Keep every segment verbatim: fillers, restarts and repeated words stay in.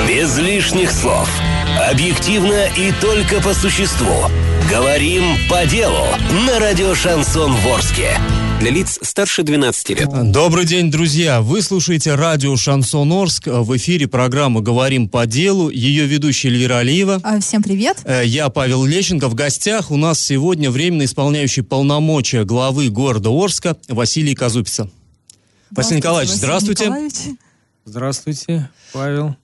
Без лишних слов. Объективно и только по существу. Говорим по делу на радио «Шансон Ворске». Для лиц старше двенадцати лет. Добрый день, друзья. Вы слушаете радио «Шансон Орск». В эфире программа «Говорим по делу». Ее ведущая Эльвира Алиева. Всем привет. Я Павел Лещенко. В гостях у нас сегодня временно исполняющий полномочия главы города Орска Василий Казупица. Василий Николаевич, здравствуйте. Николаевич. Здравствуйте, Павел.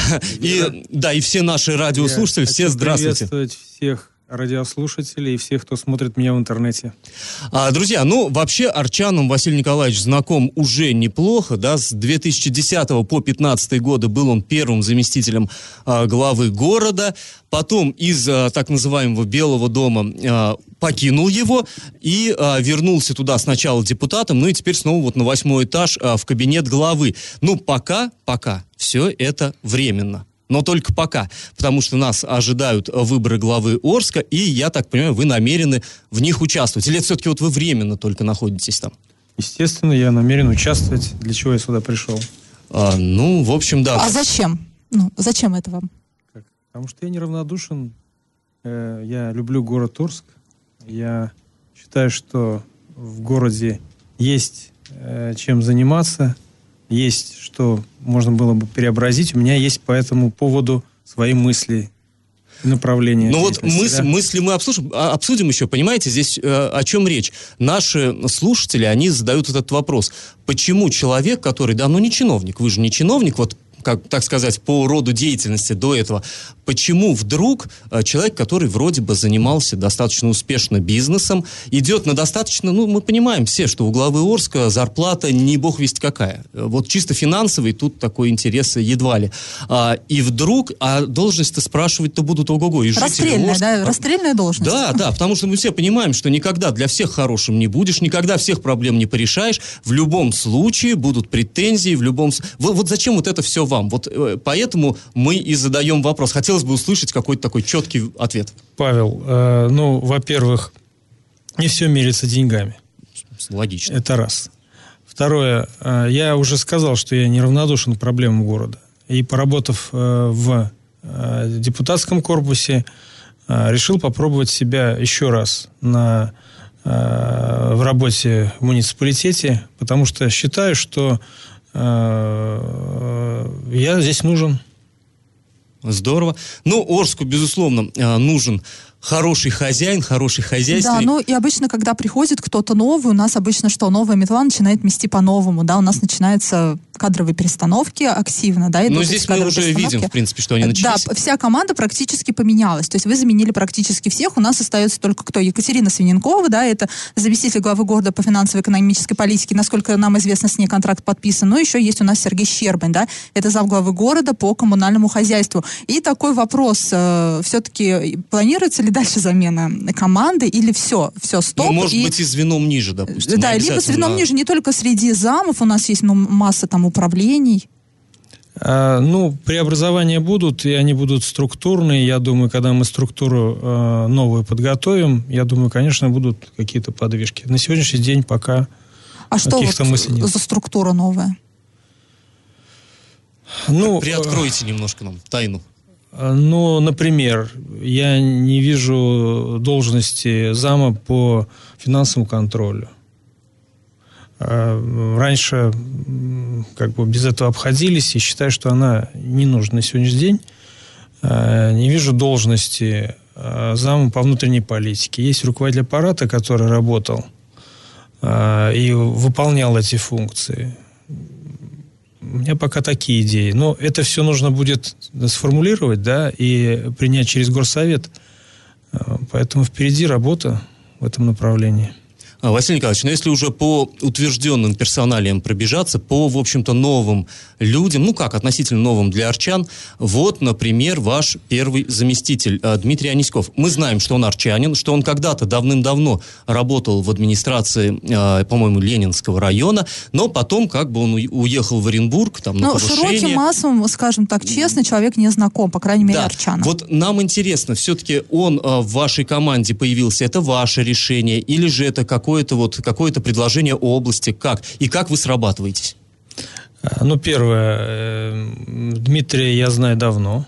И, да, и все наши радиослушатели, Я все здравствуйте. Приветствовать всех радиослушателей и всех, кто смотрит меня в интернете. А, друзья, ну, вообще, арчанам Василий Николаевич знаком уже неплохо, да, с две тысячи десятого по две тысячи пятнадцатый годы был он первым заместителем а, главы города, потом из а, так называемого Белого дома а, покинул его и а, вернулся туда сначала депутатом, ну и теперь снова вот на восьмой этаж а, в кабинет главы. Ну, пока, пока все это временно. Но только пока, потому что нас ожидают выборы главы Орска, и, я так понимаю, вы намерены в них участвовать. Или это все-таки вот вы временно только находитесь там? Естественно, я намерен участвовать. Для чего я сюда пришел? А, ну, в общем, да. А зачем? Ну, зачем это вам? Как? Потому что я неравнодушен. Э, я люблю город Орск. Я считаю, что в городе есть э, чем заниматься, есть что можно было бы преобразить. У меня есть по этому поводу свои мысли и направления. Ну вот мыс- мысли мы обсудим, обсудим еще, понимаете, здесь э, о чем речь. Наши слушатели, они задают этот вопрос. Почему человек, который, да, ну не чиновник, вы же не чиновник, вот как, так сказать, по роду деятельности до этого, почему вдруг э, человек, который вроде бы занимался достаточно успешно бизнесом, идет на достаточно, ну, мы понимаем все, что у главы Орска зарплата не бог весть какая. Вот чисто финансовый тут такой интерес едва ли. А, и вдруг, а должность-то спрашивать-то будут ого-го. И расстрельная, Орска, да? Расстрельная должность. Да, да, потому что мы все понимаем, что никогда для всех хорошим не будешь, никогда всех проблем не порешаешь. В любом случае будут претензии, в любом... Вот, вот зачем вот это все вам? Вот э, поэтому мы и задаем вопрос. Хотелось бы услышать какой-то такой четкий ответ. Павел, э, ну, во-первых, не все мерится деньгами. Логично. Это раз. Второе, э, я уже сказал, что я неравнодушен к проблемам города. И поработав э, в э, депутатском корпусе, э, решил попробовать себя еще раз на, э, в работе в муниципалитете, потому что считаю, что э, я здесь нужен. Здорово. Ну, Орску, безусловно, нужен хороший хозяин, хороший хозяйственник. Да, ну и обычно, когда приходит кто-то новый, у нас обычно что, новая метла начинает мести по-новому, да, у нас начинаются кадровые перестановки активно, да, идут. Но здесь мы уже видим, в принципе, что они начались. Да, вся команда практически поменялась, то есть вы заменили практически всех, у нас остается только кто? Екатерина Свиненкова, да, это заместитель главы города по финансово-экономической политике, насколько нам известно, с ней контракт подписан, но еще есть у нас Сергей Щербань, да, это замглавы города по коммунальному хозяйству. И такой вопрос, э, все-таки планируется ли дальше замена команды или все, все, стоп? Ну, может и... быть, и звеном ниже, допустим. Да, либо звеном на... ниже, не только среди замов, у нас есть ну, масса там управлений. А, ну, преобразования будут, и они будут структурные. Я думаю, когда мы структуру э, новую подготовим, я думаю, конечно, будут какие-то подвижки. На сегодняшний день пока а каких-то вот мыслей нет. За структура новая? Ну, приоткройте немножко нам тайну. Ну, например, я не вижу должности зама по финансовому контролю. Раньше как бы без этого обходились, и считаю, что она не нужна на сегодняшний день. Не вижу должности зама по внутренней политике. Есть руководитель аппарата, который работал и выполнял эти функции. У меня пока такие идеи. Но это все нужно будет сформулировать, да, и принять через горсовет. Поэтому впереди работа в этом направлении. Василий Николаевич, ну если уже по утвержденным персоналиям пробежаться, по, в общем-то, новым людям, ну как, относительно новым для арчан, вот, например, ваш первый заместитель Дмитрий Аниськов. Мы знаем, что он арчанин, что он когда-то давным-давно работал в администрации, по-моему, Ленинского района, но потом как бы он уехал в Оренбург, там, на ну, повышение. Широким массам, скажем так, честно, человек не знаком, по крайней мере, да. арчанам. Вот нам интересно, все-таки он в вашей команде появился, это ваше решение, или же это какое-то вот какое-то предложение области, как? И как вы срабатываетесь? Ну, первое. Дмитрия я знаю давно.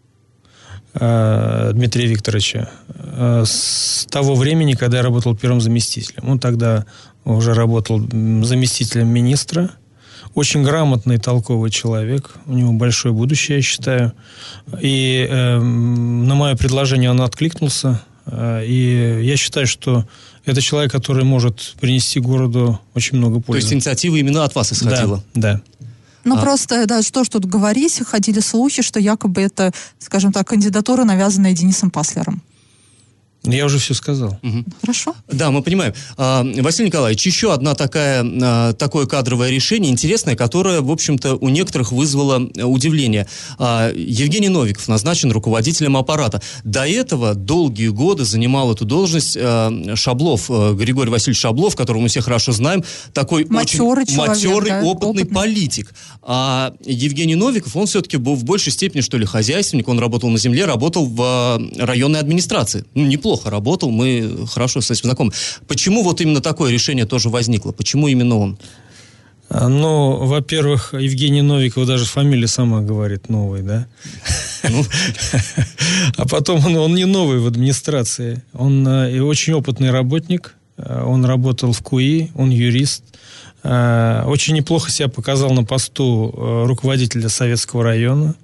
Дмитрия Викторовича. С того времени, когда я работал первым заместителем. Он тогда уже работал заместителем министра. Очень грамотный, толковый человек. У него большое будущее, я считаю. И э, на мое предложение он откликнулся. И я считаю, что это человек, который может принести городу очень много пользы. То есть инициатива именно от вас исходила? Да, да. Ну, А. просто, да, что ж тут говорить, ходили слухи, что якобы это, скажем так, кандидатура, навязанная Денисом Паслером. Я уже все сказал. Угу. Хорошо. Да, мы понимаем. А, Василий Николаевич, еще одна такая, а, такое кадровое решение, интересное, которое, в общем-то, у некоторых вызвало удивление. А, Евгений Новиков назначен руководителем аппарата. До этого долгие годы занимал эту должность а, Шаблов, а, Григорий Васильевич Шаблов, которого мы все хорошо знаем, такой матерый очень человек, матерый, да, опытный, опытный политик. А Евгений Новиков, он все-таки был в большей степени, что ли, хозяйственник, он работал на земле, работал в а, районной администрации. Ну, неплохо работал, мы хорошо с этим знакомы. Почему вот именно такое решение тоже возникло? Почему именно он? Ну, во-первых, Евгений Новиков, даже фамилия сама говорит новый, да? А потом он не новый в администрации. Он очень опытный работник. Он работал в КУИ, он юрист. Очень неплохо себя показал на посту руководителя Советского района.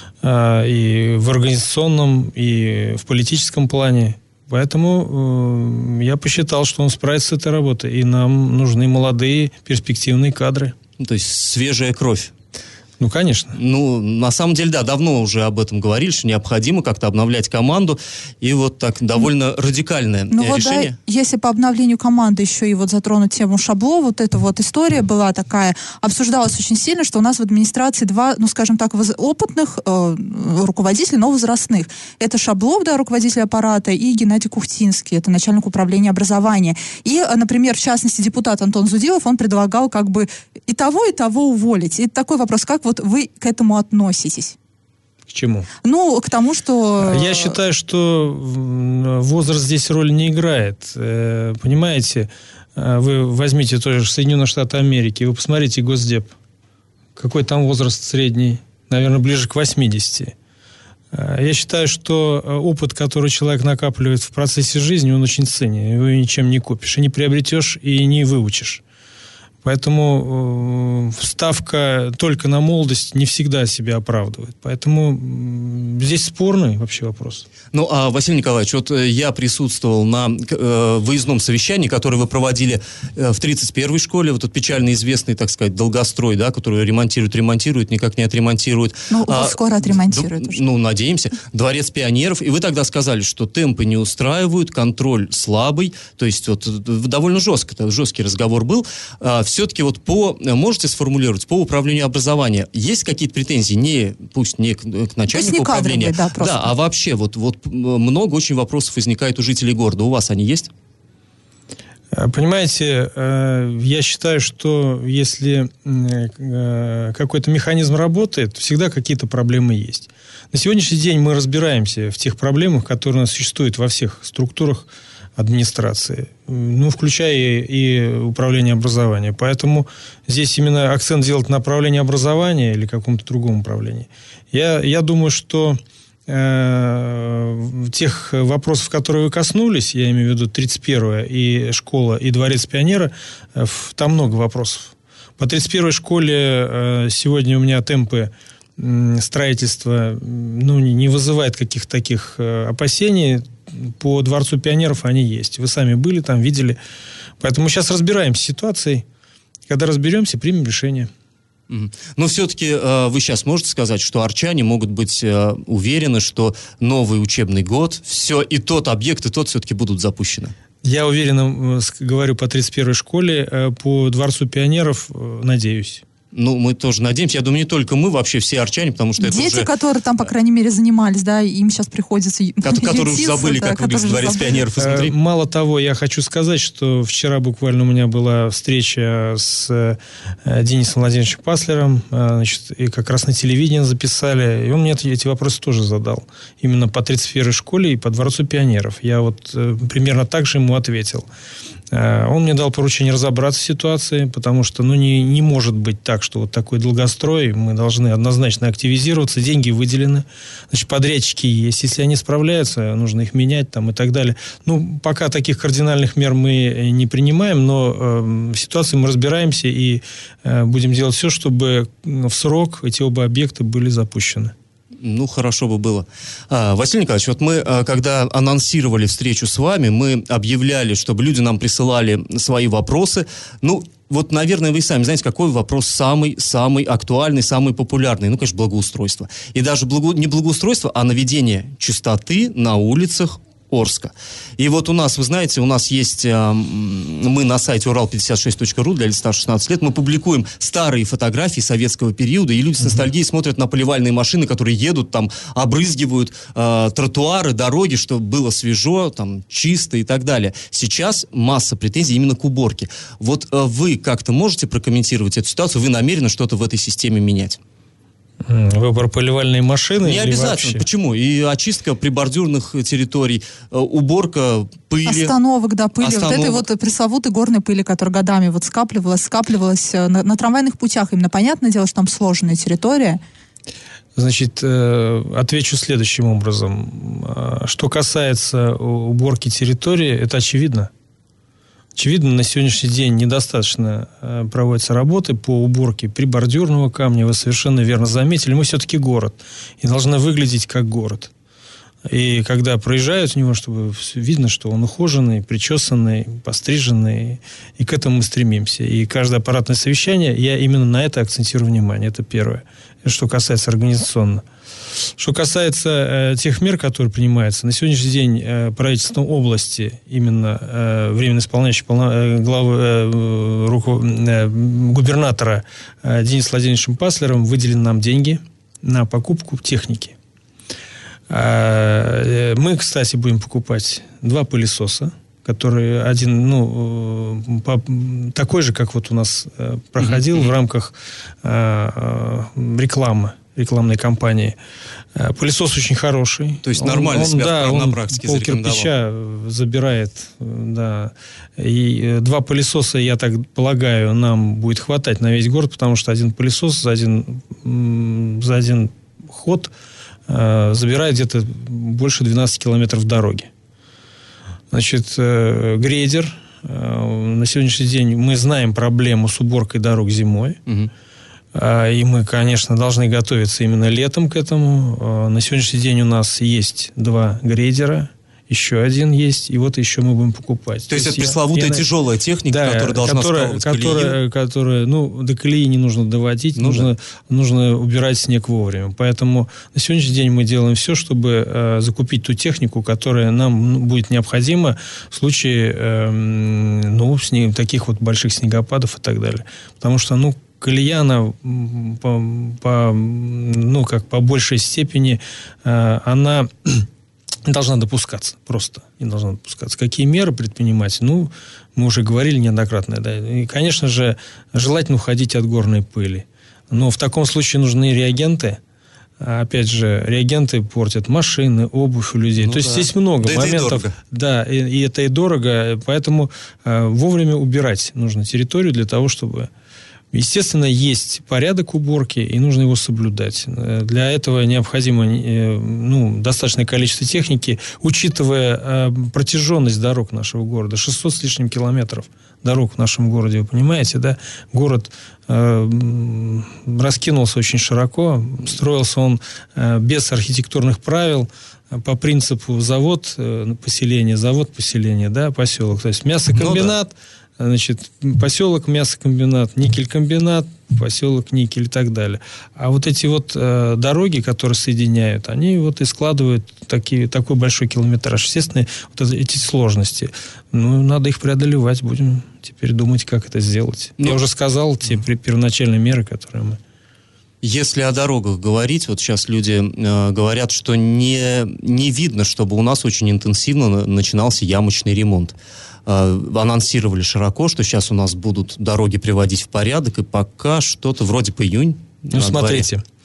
И в организационном, и в политическом плане. Поэтому э, я посчитал, что он справится с этой работой. И нам нужны молодые, перспективные кадры. То есть свежая кровь. Ну, конечно. Ну, на самом деле, да, давно уже об этом говорили, что необходимо как-то обновлять команду. И вот так довольно радикальное ну, решение. Вот, да, если по обновлению команды еще и вот затронуть тему Шабло, вот эта вот история была такая, обсуждалась очень сильно, что у нас в администрации два, ну, скажем так, воз... опытных э, руководителей, но возрастных. Это Шаблов, да, руководитель аппарата, и Геннадий Кухтинский, это начальник управления образования. И, например, в частности, депутат Антон Зудилов, он предлагал как бы и того, и того уволить. И такой вопрос, как вот вы к этому относитесь? К чему? Ну, к тому, что... Я считаю, что возраст здесь роль не играет. Понимаете, вы возьмите тоже Соединенные Штаты Америки, вы посмотрите Госдеп. Какой там возраст средний? Наверное, ближе к восьмидесяти. Я считаю, что опыт, который человек накапливает в процессе жизни, он очень ценен. Его ничем не купишь, и не приобретешь, и не выучишь. Поэтому э, ставка только на молодость не всегда себя оправдывает. Поэтому э, здесь спорный вообще вопрос. Ну, а, Василий Николаевич, вот э, я присутствовал на э, выездном совещании, которое вы проводили э, в тридцать первой школе, вот тот печально известный, так сказать, долгострой, да, который ремонтируют, ремонтируют, никак не отремонтируют. Ну, а, скоро отремонтируют д- уже. Ну, надеемся. Дворец пионеров. И вы тогда сказали, что темпы не устраивают, контроль слабый. То есть вот довольно жестко, жесткий разговор был. А, все-таки вот по, можете сформулировать, по управлению образования есть какие-то претензии, не, пусть не к, к начальнику не управления, кадровые, да, да, а вообще вот, вот много очень вопросов возникает у жителей города. У вас они есть? Понимаете, я считаю, что если какой-то механизм работает, всегда какие-то проблемы есть. На сегодняшний день мы разбираемся в тех проблемах, которые у нас существуют во всех структурах администрации, ну, включая и, и управление образованием. Поэтому здесь именно акцент делать на управление образования или каком-то другом управлении. Я, я думаю, что э, тех вопросов, которые вы коснулись, я имею в виду тридцать первая и школа, и дворец пионера, э, там много вопросов. По тридцать первой школе э, сегодня у меня темпы строительства ну, не вызывает каких-то таких э, опасений. По Дворцу пионеров они есть. Вы сами были там, видели. Поэтому сейчас разбираемся с ситуацией. Когда разберемся, примем решение. Mm-hmm. Но все-таки э, вы сейчас можете сказать, что арчане могут быть э, уверены, что новый учебный год, все, и тот объект, и тот все-таки будут запущены? Я уверенно э, говорю по тридцать первой школе. Э, по Дворцу пионеров э, надеюсь. Ну, мы тоже надеемся. Я думаю, не только мы, вообще все арчане, потому что Дети, это уже... которые там, по крайней мере, занимались, да, им сейчас приходится... Которые уже забыли, да, как выглядит Дворец пионеров изнутри. Мало того, я хочу сказать, что вчера буквально у меня была встреча с Денисом Владимировичем Паслером, значит, и как раз на телевидении записали, и он мне эти вопросы тоже задал. Именно по тридцать первой школе и по Дворцу пионеров. Я вот примерно так же ему ответил. Он мне дал поручение разобраться в ситуации, потому что ну, не, не может быть так, что вот такой долгострой, мы должны однозначно активизироваться, деньги выделены, значит, подрядчики есть, если они справляются, нужно их менять там, и так далее. Ну, пока таких кардинальных мер мы не принимаем, но э, в ситуации мы разбираемся и э, будем делать все, чтобы в срок эти оба объекта были запущены. Ну, хорошо бы было. А, Василий Николаевич, вот мы, когда анонсировали встречу с вами, мы объявляли, чтобы люди нам присылали свои вопросы. Ну, вот, наверное, вы сами знаете, какой вопрос самый-самый актуальный, самый популярный. Ну, конечно, благоустройство. И даже благо... не благоустройство, а наведение чистоты на улицах Орска. И вот у нас, вы знаете, у нас есть, э, мы на сайте урал пятьдесят шесть точка ру для лиц старше шестнадцати лет, мы публикуем старые фотографии советского периода, и люди с ностальгией смотрят на поливальные машины, которые едут, там, обрызгивают э, тротуары, дороги, чтобы было свежо, там, чисто и так далее. Сейчас масса претензий именно к уборке. Вот э, вы как-то можете прокомментировать эту ситуацию? Вы намерены что-то в этой системе менять? Выбор поливальной машины? Не обязательно. Почему? И очистка прибордюрных территорий, уборка пыли. Остановок, да, пыли. Остановок. Вот этой вот пресловутой горной пыли, которая годами вот скапливалась, скапливалась на, на трамвайных путях. Именно понятное дело, что там сложная территория. Значит, отвечу следующим образом. Что касается уборки территории, это очевидно. Очевидно, на сегодняшний день недостаточно э, проводятся работы по уборке прибордюрного камня. Вы совершенно верно заметили. Мы все-таки город. И должны выглядеть как город. И когда проезжают в него, чтобы видно, что он ухоженный, причесанный, постриженный. И к этому мы стремимся. И каждое аппаратное совещание, я именно на это акцентирую внимание. Это первое. Это что касается организационно. Что касается э, тех мер, которые принимаются, на сегодняшний день э, правительством области, именно э, временно исполняющий полно, э, главы, э, руку, э, губернатора э, Денисом Владимировичем Паслером выделены нам деньги на покупку техники. Э, мы, кстати, будем покупать два пылесоса, который один, ну, по, такой же, как вот у нас э, проходил mm-hmm. в рамках э, рекламы. рекламной кампании. Пылесос очень хороший. То есть нормально он, себя да, на он практике пол зарекомендовал. Кирпича забирает. Да. И два пылесоса, я так полагаю, нам будет хватать на весь город, потому что один пылесос за один, за один ход э, забирает где-то больше двенадцать километров дороги. Значит, э, грейдер. Э, на сегодняшний день мы знаем проблему с уборкой дорог зимой. Угу. И мы, конечно, должны готовиться именно летом к этому. На сегодняшний день у нас есть два грейдера, еще один есть, и вот еще мы будем покупать. То, То есть это пресловутая я, тяжелая техника, да, которая должна которая, вставлять которая, которая, ну, до колеи не нужно доводить, ну, нужно, да. нужно убирать снег вовремя. Поэтому на сегодняшний день мы делаем все, чтобы э, закупить ту технику, которая нам ну, будет необходима в случае э, ну, снег, таких вот больших снегопадов и так далее. Потому что, ну, колея, она по, по, ну, как по большей степени, э, она не должна допускаться. Просто не должна допускаться. Какие меры предпринимать? Ну, мы уже говорили неоднократно. Да. И, конечно же, желательно уходить от горной пыли. Но в таком случае нужны реагенты. Опять же, реагенты портят машины, обувь у людей. Ну, То да. есть здесь много да моментов. Это да, и, и это и дорого. Поэтому э, вовремя убирать нужно территорию для того, чтобы... Естественно, есть порядок уборки, и нужно его соблюдать. Для этого необходимо ну, достаточное количество техники, учитывая протяженность дорог нашего города. шестьсот с лишним километров дорог в нашем городе, вы понимаете, да? Город э, раскинулся очень широко, строился он э, без архитектурных правил, по принципу завод, э, поселение, завод, поселение, да, поселок. То есть мясокомбинат, ну, да. Значит, поселок мясокомбинат, никель-комбинат, поселок никель и так далее. А вот эти вот э, дороги, которые соединяют, они вот и складывают такие, такой большой километраж. Естественно, вот эти сложности. Ну, надо их преодолевать. Будем теперь думать, как это сделать. Ну, я уже сказал те первоначальные меры, которые мы... Если о дорогах говорить, вот сейчас люди э, говорят, что не, не видно, чтобы у нас очень интенсивно начинался ямочный ремонт. Э, анонсировали широко, что сейчас у нас будут дороги приводить в порядок, и пока что-то вроде по июнь. Ну, смотрите,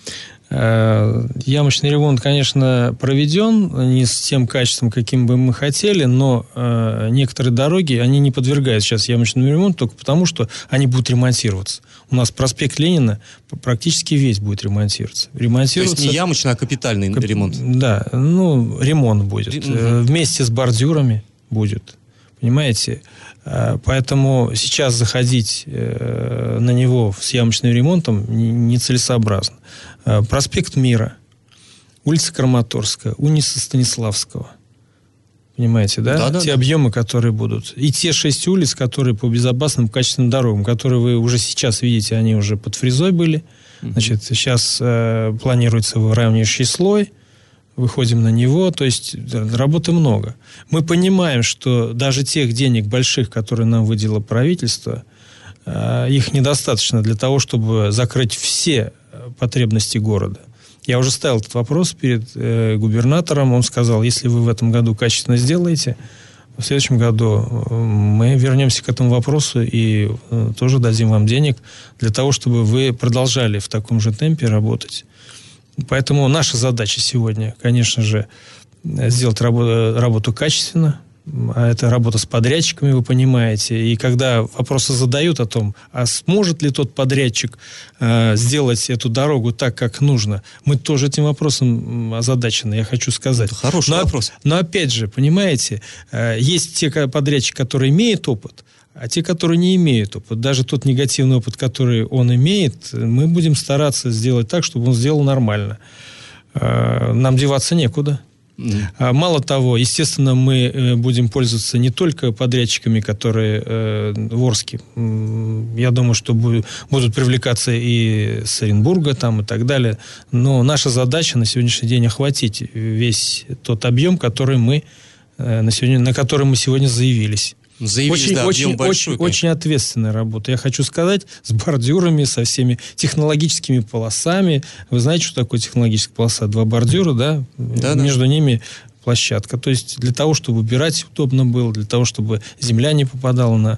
Ямочный ремонт, конечно, проведен не с тем качеством, каким бы мы хотели, но некоторые дороги, они не подвергаются сейчас ямочному ремонту только потому, что они будут ремонтироваться. У нас проспект Ленина практически весь будет ремонтироваться. ремонтироваться... То есть не ямочный, а капитальный Кап... ремонт? Да, ну, ремонт будет. Угу. Вместе с бордюрами будет. Понимаете? Поэтому сейчас заходить на него с ямочным ремонтом нецелесообразно. Проспект Мира, улица Краматорская, улица Станиславского. Понимаете, да? Да, да Те да. объемы, которые будут. И те шесть улиц, которые по безопасным, качественным дорогам, которые вы уже сейчас видите, они уже под фрезой были. Mm-hmm. Значит, сейчас э, планируется выравнивающий слой. Выходим на него. То есть работы много. Мы понимаем, что даже тех денег больших, которые нам выделило правительство, э, их недостаточно для того, чтобы закрыть все потребности города. Я уже ставил этот вопрос перед э, губернатором. Он сказал, если вы в этом году качественно сделаете, в следующем году мы вернемся к этому вопросу и э, тоже дадим вам денег для того, чтобы вы продолжали в таком же темпе работать. Поэтому наша задача сегодня, конечно же, сделать работу, работу качественно. А это работа с подрядчиками, вы понимаете. И когда вопросы задают о том, а сможет ли тот подрядчик э, сделать эту дорогу так, как нужно, мы тоже этим вопросом озадачены, я хочу сказать. Это хороший но, вопрос. Но опять же, понимаете, э, есть те подрядчики, которые имеют опыт, а те, которые не имеют опыт. Даже тот негативный опыт, который он имеет, мы будем стараться сделать так, чтобы он сделал нормально. Э, нам деваться некуда. Mm. Мало того, естественно, мы будем пользоваться не только подрядчиками, которые э, в Орске. Я думаю, что будут, будут привлекаться и с Оренбурга там, и так далее. Но наша задача на сегодняшний день охватить весь тот объем, который мы, э, на, сегодня, на который мы сегодня заявились. Заявились, очень, да, очень, большой, очень, очень ответственная работа. Я хочу сказать, с бордюрами, со всеми технологическими полосами. Вы знаете, что такое технологическая полоса? Два бордюра, да? да Между да. ними площадка. То есть для того, чтобы убирать удобно было, для того, чтобы земля не попадала на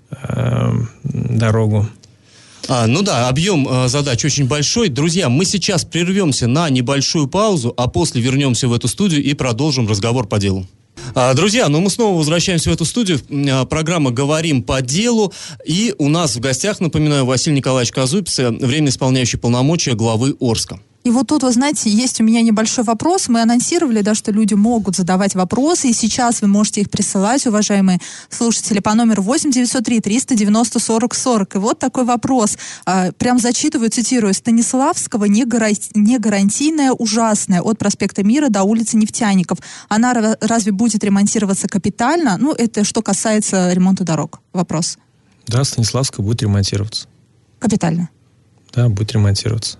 э, дорогу. А, ну да, объем э, задач очень большой. Друзья, мы сейчас прервемся на небольшую паузу, а после вернемся в эту студию и продолжим разговор по делу. Друзья, ну мы снова возвращаемся в эту студию. Программа «Говорим по делу». И у нас в гостях, напоминаю, Василий Николаевич Казупиц, временно исполняющий полномочия главы Орска. И вот тут, вы знаете, есть у меня небольшой вопрос. Мы анонсировали, да, что люди могут задавать вопросы, и сейчас вы можете их присылать, уважаемые слушатели, по номеру восемь девятьсот три триста девяносто сорок сорок. И вот такой вопрос. А, прям зачитываю, цитирую. Станиславского не, гара... не гарантийная, ужасная, от проспекта Мира до улицы Нефтяников. Она разве будет ремонтироваться капитально? Ну, это что касается ремонта дорог. Вопрос. Да, Станиславская будет ремонтироваться. Капитально? Да, будет ремонтироваться.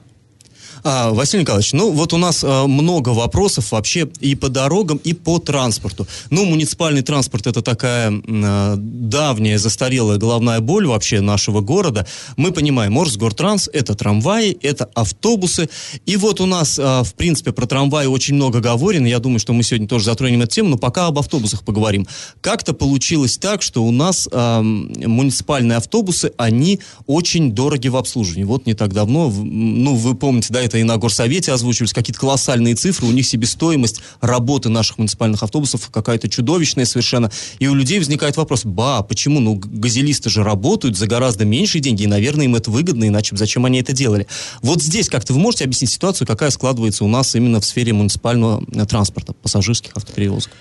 А, Василий Николаевич, ну вот у нас а, много вопросов вообще и по дорогам, и по транспорту. Ну, муниципальный транспорт — это такая а, давняя, застарелая головная боль вообще нашего города. Мы понимаем, Орскгортранс — это трамваи, это автобусы. И вот у нас, а, в принципе, про трамваи очень много говорено. Я думаю, что мы сегодня тоже затронем эту тему, но пока об автобусах поговорим. Как-то получилось так, что у нас а, муниципальные автобусы, они очень дороги в обслуживании. Вот не так давно, ну, вы помните, да, это и на горсовете озвучивались какие-то колоссальные цифры, у них себестоимость работы наших муниципальных автобусов какая-то чудовищная совершенно, и у людей возникает вопрос: ба, почему? Ну, газелисты же работают за гораздо меньшие деньги, и, наверное, им это выгодно, иначе зачем они это делали? Вот здесь как-то вы можете объяснить ситуацию, какая складывается у нас именно в сфере муниципального транспорта, пассажирских автоперевозок?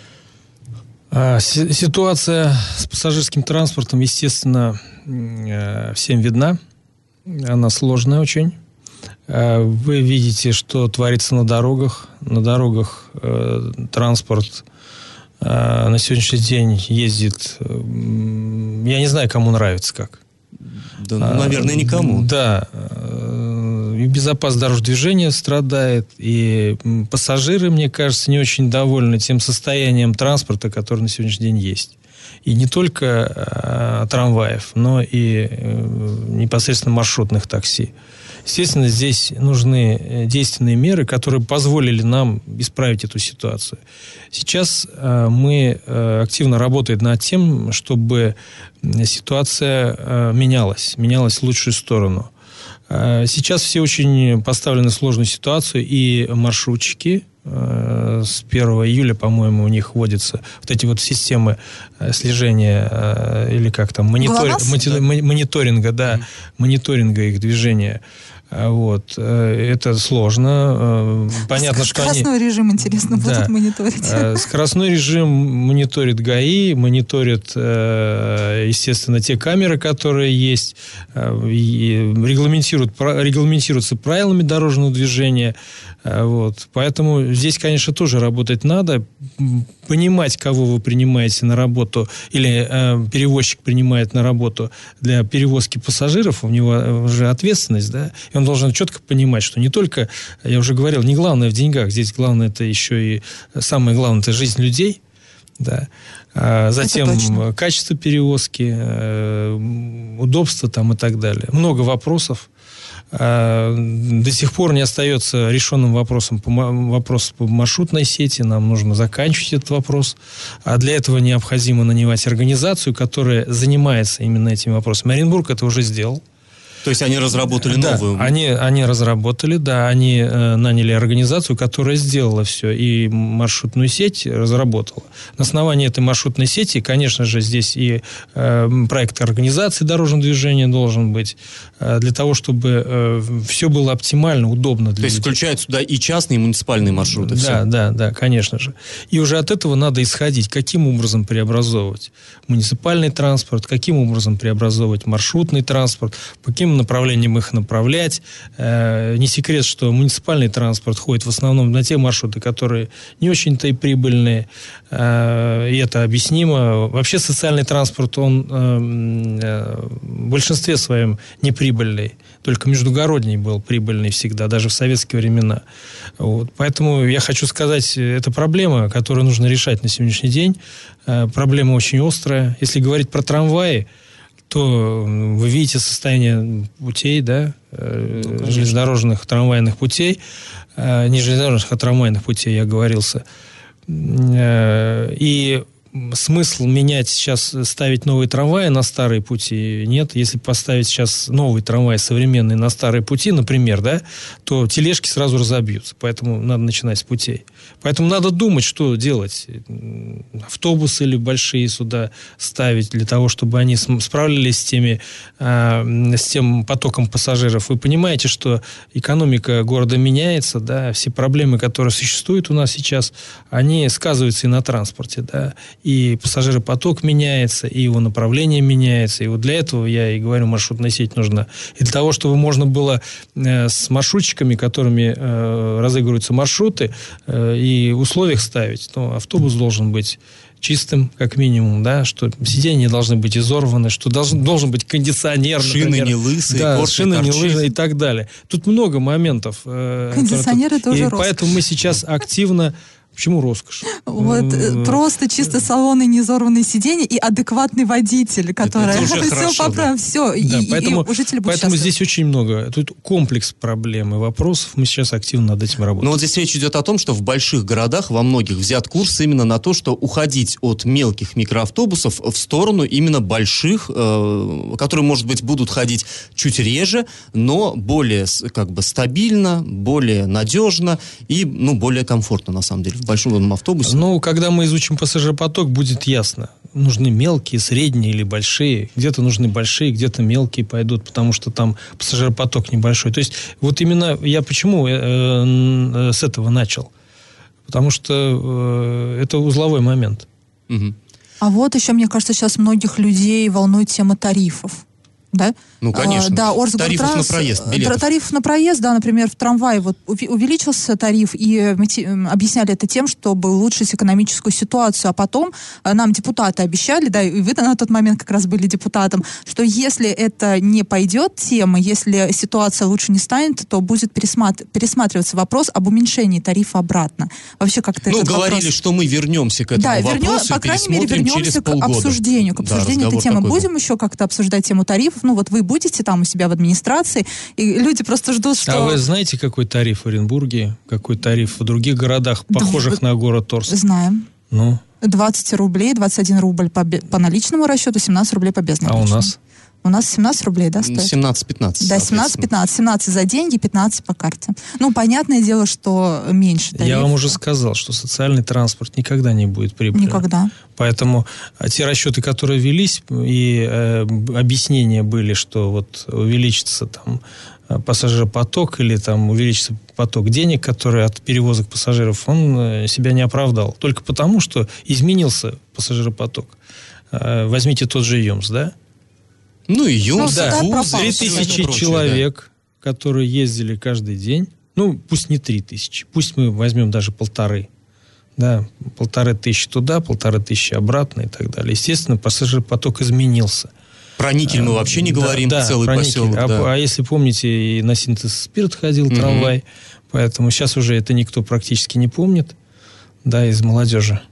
Ситуация с пассажирским транспортом, естественно, всем видна. Она сложная очень. Вы видите, что творится на дорогах. На дорогах э, транспорт э, на сегодняшний день ездит... Э, я не знаю, кому нравится как. Да, ну, наверное, никому. А, да. Э, и безопасность дорожного движения страдает, и пассажиры, мне кажется, не очень довольны тем состоянием транспорта, который на сегодняшний день есть. И не только э, трамваев, но и э, непосредственно маршрутных такси. Естественно, здесь нужны действенные меры, которые позволили нам исправить эту ситуацию. Сейчас э, мы э, активно работаем над тем, чтобы ситуация э, менялась, менялась в лучшую сторону. Сейчас все очень поставлены в сложную ситуацию, и маршрутчики с первого июля, по-моему, у них вводятся вот эти вот системы слежения или как там, монитори... да. мониторинга, да, mm-hmm. мониторинга их движения. Вот. Это сложно. Понятно, что они... Скоростной режим, интересно, да. будут мониторить. Скоростной режим мониторит ГАИ, мониторит, естественно, те камеры, которые есть, регламентируют, регламентируются правилами дорожного движения. Вот. Поэтому здесь, конечно, тоже работать надо. Понимать, кого вы принимаете на работу, или э, перевозчик принимает на работу для перевозки пассажиров, у него уже ответственность, да, и он должен четко понимать, что не только, я уже говорил, не главное в деньгах, здесь главное это еще и, самое главное, это жизнь людей, да. А затем качество перевозки, э, удобство там и так далее. Много вопросов. До сих пор не остается решенным вопросом по, вопрос по маршрутной сети. Нам нужно заканчивать этот вопрос. А для этого необходимо нанимать организацию, которая занимается именно этим вопросом. Оренбург это уже сделал. То есть они разработали да, новую? Они, они разработали, да. Они э, наняли организацию, которая сделала все. И маршрутную сеть разработала. На основании этой маршрутной сети, конечно же, здесь и э, проект организации дорожного движения должен быть. Э, для того, чтобы э, все было оптимально, удобно для То есть людей. включают сюда и частные, и муниципальные маршруты? Да, все. да, да, конечно же. И уже от этого надо исходить. Каким образом преобразовывать муниципальный транспорт, каким образом преобразовывать маршрутный транспорт, по каким направлениям их направлять. Не секрет, что муниципальный транспорт ходит в основном на те маршруты, которые не очень-то и прибыльные. И это объяснимо. Вообще социальный транспорт, он в большинстве своем неприбыльный. Только междугородний был прибыльный всегда, даже в советские времена. Вот. Поэтому я хочу сказать, это проблема, которую нужно решать на сегодняшний день. Проблема очень острая. Если говорить про трамваи, то вы видите состояние путей, да, ну, железнодорожных трамвайных путей, не железнодорожных, а трамвайных путей, я оговорился. И смысл менять сейчас, ставить новые трамваи на старые пути нет. Если поставить сейчас новый трамвай современный на старые пути, например, да, то тележки сразу разобьются. Поэтому надо начинать с путей. Поэтому надо думать, что делать. Автобусы или большие сюда ставить для того, чтобы они справлялись с теми, с тем потоком пассажиров. Вы понимаете, что экономика города меняется, да, все проблемы, которые существуют у нас сейчас, они сказываются и на транспорте, да. И пассажиропоток меняется, и его направление меняется. И вот для этого, я и говорю, маршрутная сеть нужна. И для того, чтобы можно было э, с маршрутчиками, которыми э, разыгрываются маршруты, э, и в условиях ставить, ну, автобус должен быть чистым, как минимум, да, что сиденья должны быть изорваны, что должен, должен быть кондиционер. Шины например, не лысые, да, корпус шины торчит. не лысые и так далее. Тут много моментов. Э, Кондиционер это уже и роскошь. поэтому мы сейчас активно... Почему роскошь? Вот mm-hmm. просто чисто салоны, неизорванные сиденья и адекватный водитель, который это уже все хорошо, поправил, да. все, Да, и, поэтому, и, и жители будут поэтому счастливы. Здесь очень много, тут комплекс проблем и вопросов, мы сейчас активно над этим работаем. Но вот здесь речь идет о том, что в больших городах, во многих, взят курс именно на то, что уходить от мелких микроавтобусов в сторону именно больших, э, которые, может быть, будут ходить чуть реже, но более как бы стабильно, более надежно и, ну, более комфортно, на самом деле, в большом автобусе. Ну, когда мы изучим пассажиропоток, будет ясно. Нужны мелкие, средние или большие. Где-то нужны большие, где-то мелкие пойдут, потому что там пассажиропоток небольшой. То есть, вот именно я почему э, э, с этого начал? Потому что э, это узловой момент. Угу. А вот еще, мне кажется, сейчас многих людей волнует тема тарифов. Да? Ну, конечно. А, да, тарифов на проезд, билетов. Тарифов на проезд, да, например, в трамвае вот увеличился тариф, и мы те, объясняли это тем, чтобы улучшить экономическую ситуацию, а потом нам депутаты обещали, да, и вы на тот момент как раз были депутатом, что если это не пойдет тема, если ситуация лучше не станет, то будет пересматр- пересматриваться вопрос об уменьшении тарифа обратно. Вообще как-то Ну, этот говорили, вопрос... что мы вернемся к этому да, вопросу, вернем, по крайней мере, вернемся к обсуждению, к обсуждению да, этой темы. такой Будем был. еще как-то обсуждать тему тарифов. Ну, вот вы будете там у себя в администрации, и люди просто ждут, что... А вы знаете, какой тариф в Оренбурге, какой тариф в других городах, похожих да, на город Торск? Знаем. Ну? двадцать рублей, двадцать один рубль по, по наличному расчету, семнадцать рублей по безналичному. А у нас? У нас семнадцать рублей, да, стоит? семнадцать-пятнадцать. Да, семнадцать-пятнадцать. семнадцать за деньги, пятнадцать по карте. Ну, понятное дело, что меньше тариф. Я вам уже сказал, что социальный транспорт никогда не будет прибыльным. Никогда. Поэтому те расчеты, которые велись, и э, объяснения были, что вот увеличится там пассажиропоток или там увеличится поток денег, который от перевозок пассажиров, он себя не оправдал. Только потому, что изменился пассажиропоток. Возьмите тот же ЮМС, да? Ну, и ЮМС, ну, да. вузы, три тысячи человек, да, которые ездили каждый день. Ну, пусть не три тысячи, пусть мы возьмем даже полторы. Да, полторы тысячи туда, полторы тысячи обратно и так далее. Естественно, пассажиропоток изменился. Про никель мы вообще не говорим, да, целый да, поселок. А, да. а если помните, и на синтез спирт ходил mm-hmm. трамвай, поэтому сейчас уже это никто практически не помнит, да, из молодежи.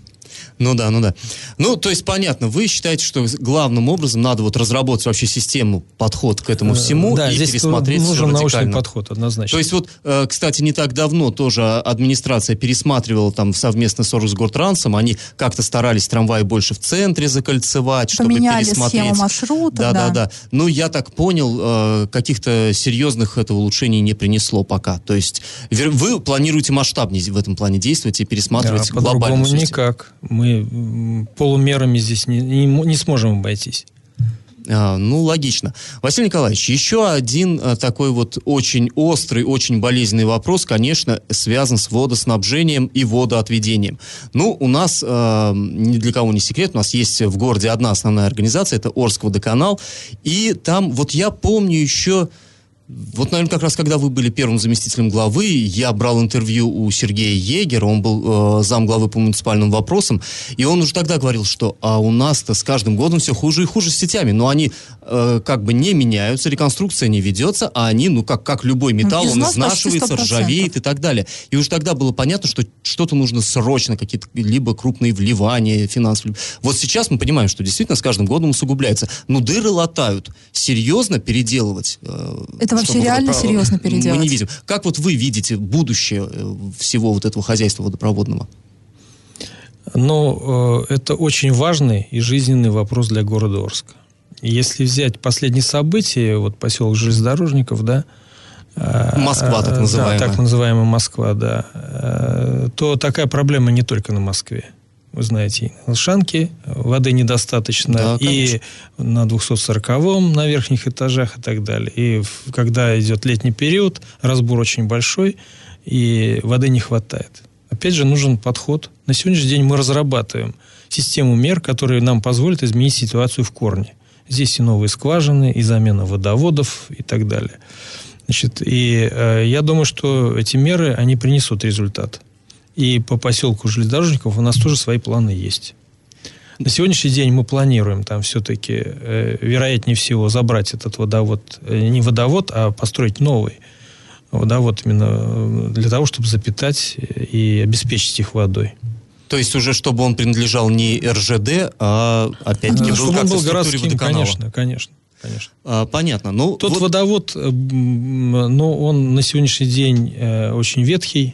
Ну да, ну да. Ну, то есть, понятно, вы считаете, что главным образом надо вот разработать вообще систему, подход к этому всему, да, и здесь пересмотреть все нужен радикально. научный подход, однозначно. То есть вот, кстати, не так давно тоже администрация пересматривала там совместно с Оргсгортрансом, они как-то старались трамваи больше в центре закольцевать, чтобы поменяли пересмотреть. схему маршрута, да, да. да, да. Ну, я так понял, каких-то серьезных это улучшений не принесло пока. То есть вы планируете масштабнее в этом плане действовать и пересматривать да, глобальную систему? По-другому никак. Мы полумерами здесь не, не, не сможем обойтись. А, ну, логично. Василий Николаевич, еще один а, такой вот очень острый, очень болезненный вопрос, конечно, связан с водоснабжением и водоотведением. Ну, у нас, а, ни для кого не секрет, у нас есть в городе одна основная организация, это Орскводоканал, и там, вот я помню еще... Вот, наверное, как раз когда вы были первым заместителем главы, я брал интервью у Сергея Егера, он был э, замглавы по муниципальным вопросам, и он уже тогда говорил, что а у нас-то с каждым годом все хуже и хуже с сетями, но они э, как бы не меняются, реконструкция не ведется, а они, ну, как, как любой металл, он изнашивается, ржавеет и так далее. И уже тогда было понятно, что что-то нужно срочно, какие-то либо крупные вливания финансовые. Вот сейчас мы понимаем, что действительно с каждым годом усугубляется. Но дыры латают. Серьезно переделывать... Э, это вообще реально водопро... серьезно переделать. Мы не видим. Как вот вы видите будущее всего вот этого хозяйства водопроводного? Ну, э, это очень важный и жизненный вопрос для города Орска. Если взять последние события, вот поселок железнодорожников, да, Москва, так называемая. Да, так называемая Москва, да, то такая проблема не только на Москве. Вы знаете, на Лшанке воды недостаточно, да, и на двухсот сороковом на верхних этажах и так далее. И когда идет летний период, разбор очень большой, и воды не хватает. Опять же, нужен подход. На сегодняшний день мы разрабатываем систему мер, которые нам позволят изменить ситуацию в корне. Здесь и новые скважины, и замена водоводов и так далее. Значит, и э, я думаю, что эти меры, они принесут результат. И по поселку железнодорожников у нас тоже свои планы есть. На сегодняшний день мы планируем там все-таки, э, вероятнее всего, забрать этот водовод, э, не водовод, а построить новый водовод именно для того, чтобы запитать и обеспечить их водой. То есть уже чтобы он принадлежал не эр жэ дэ, а опять-таки а, был чтобы он был городским, водоканала. Конечно, конечно. Конечно. А, понятно. Ну, Тот вот... водовод, ну, он на сегодняшний день э, очень ветхий,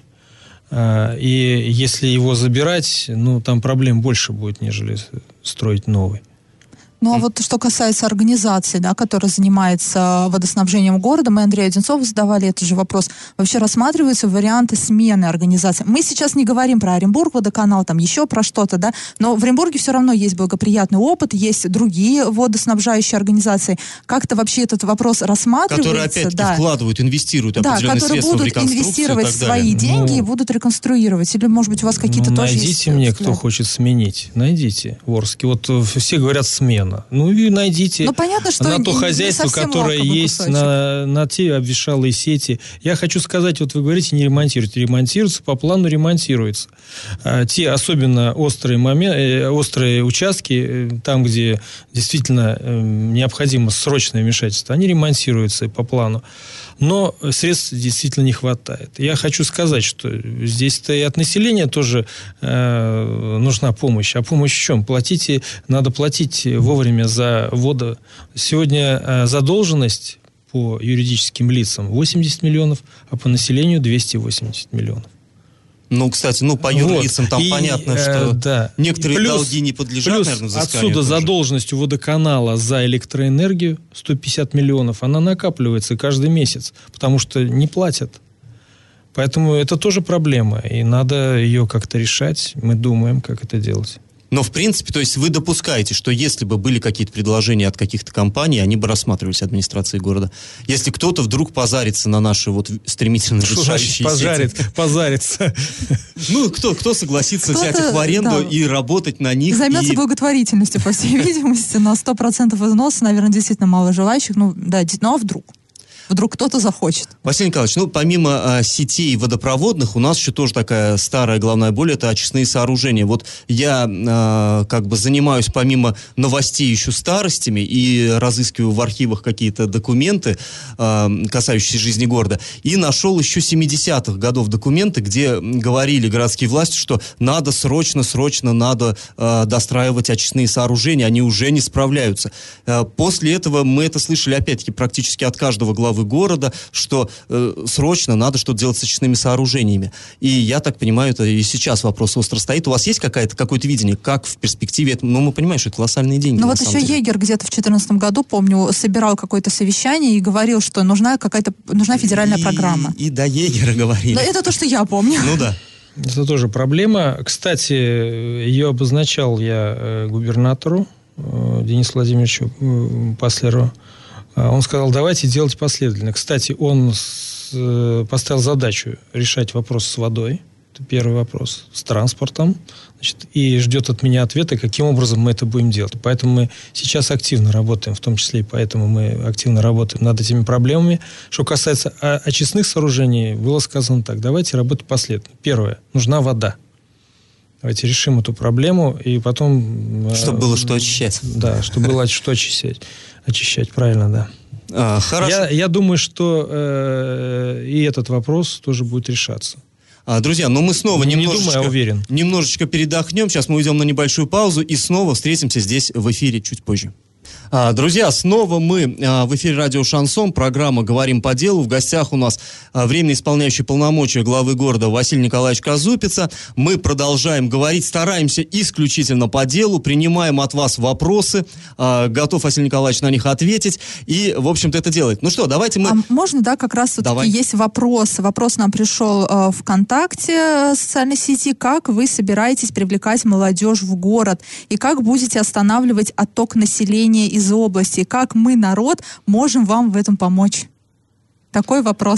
э, и если его забирать, ну, там проблем больше будет, нежели строить новый. Ну, а вот что касается организации, да, которая занимается водоснабжением города, мы Андрею Одинцову задавали этот же вопрос. Вообще рассматриваются варианты смены организации. Мы сейчас не говорим про Оренбург водоканал, там еще про что-то, да, но в Оренбурге все равно есть благоприятный опыт, есть другие водоснабжающие организации. Как-то вообще этот вопрос рассматривается? Которые опять-таки да. вкладывают, инвестируют да, определенные средства в реконструкцию. Да, которые будут инвестировать свои деньги ну, и будут реконструировать. Или, может быть, у вас какие-то ну, тоже есть? Найдите мне, взгляд? Кто хочет сменить. Найдите в Орске. Вот все говорят смена. Ну и найдите ну, понятно, что на то хозяйство, которое есть, на, на те обвешалые сети. Я хочу сказать, вот вы говорите, не ремонтируйте. Ремонтируется, по плану ремонтируется. А, те особенно острые, моменты, острые участки, там, где действительно э, необходимо срочное вмешательство, они ремонтируются по плану. Но средств действительно не хватает. Я хочу сказать, что здесь-то и от населения тоже э, нужна помощь. А помощь в чем? Платите, надо платить вовремя за воду. Сегодня э, задолженность по юридическим лицам восемьдесят миллионов, а по населению двести восемьдесят миллионов. Ну, кстати, ну, по юрлицам вот. там и, понятно, что э, да. некоторые плюс, долги не подлежат, плюс наверное, взысканию. Отсюда тоже. задолженность у водоканала за электроэнергию сто пятьдесят миллионов, она накапливается каждый месяц, потому что не платят. Поэтому это тоже проблема, и надо ее как-то решать. Мы думаем, как это делать. Но, в принципе, то есть вы допускаете, что если бы были какие-то предложения от каких-то компаний, они бы рассматривались администрацией города. Если кто-то вдруг позарится на наши вот стремительно решающиеся... Позарит, позарится. Ну, кто, кто согласится взять их в аренду да. и работать на них. Займется и... благотворительностью, по всей видимости, на сто процентов износа, наверное, действительно мало желающих. Ну, да, ну а вдруг? Вдруг кто-то захочет. Василий Николаевич, ну, помимо а, сетей водопроводных, у нас еще тоже такая старая головная боль, это очистные сооружения. Вот я а, как бы занимаюсь помимо новостей еще старостями и разыскиваю в архивах какие-то документы, а, касающиеся жизни города, и нашел еще семидесятых годов документы, где говорили городские власти, что надо срочно, срочно надо а, достраивать очистные сооружения, они уже не справляются. А, после этого мы это слышали, опять-таки, практически от каждого главы города, что э, срочно надо что-то делать с очистными сооружениями. И я так понимаю, это и сейчас вопрос остро стоит. У вас есть какая-то, какое-то видение, как в перспективе это... Ну, мы понимаем, что это колоссальные деньги. Ну, вот еще деле. Егер где-то в две тысячи четырнадцатом году, помню, собирал какое-то совещание и говорил, что нужна какая-то, нужна федеральная и, программа. И до Егера говорили. Но это то, что я помню. Ну, да. Это тоже проблема. Кстати, ее обозначал я губернатору Денису Владимировичу Паслеру. Он сказал, давайте делать последовательно. Кстати, он с, поставил задачу решать вопрос с водой. Это первый вопрос. С транспортом. Значит, и ждет от меня ответа, каким образом мы это будем делать. Поэтому мы сейчас активно работаем, в том числе и поэтому мы активно работаем над этими проблемами. Что касается очистных сооружений, было сказано так. Давайте работать последовательно. Первое. Нужна вода. Давайте решим эту проблему, и потом... Чтобы было что очищать. Да, чтобы было что очищать. Очищать, правильно, да. А, хорошо. Я, я думаю, что э, и этот вопрос тоже будет решаться. А, друзья, но мы снова не немножечко, думаю, я уверен. немножечко передохнем. Сейчас мы уйдем на небольшую паузу и снова встретимся здесь в эфире чуть позже. А, друзья, снова мы а, в эфире радио «Шансон», программа «Говорим по делу». В гостях у нас а, временно исполняющий полномочия главы города Василий Николаевич Казупица. Мы продолжаем говорить, стараемся исключительно по делу, принимаем от вас вопросы, а, готов Василий Николаевич на них ответить и, в общем-то, это делает. Ну что, давайте мы... А можно, да, как раз все-таки есть вопрос. Вопрос нам пришел э, ВКонтакте, э, социальной сети. Как вы собираетесь привлекать молодежь в город? И как будете останавливать отток населения из области? Как мы, народ, можем вам в этом помочь? Такой вопрос.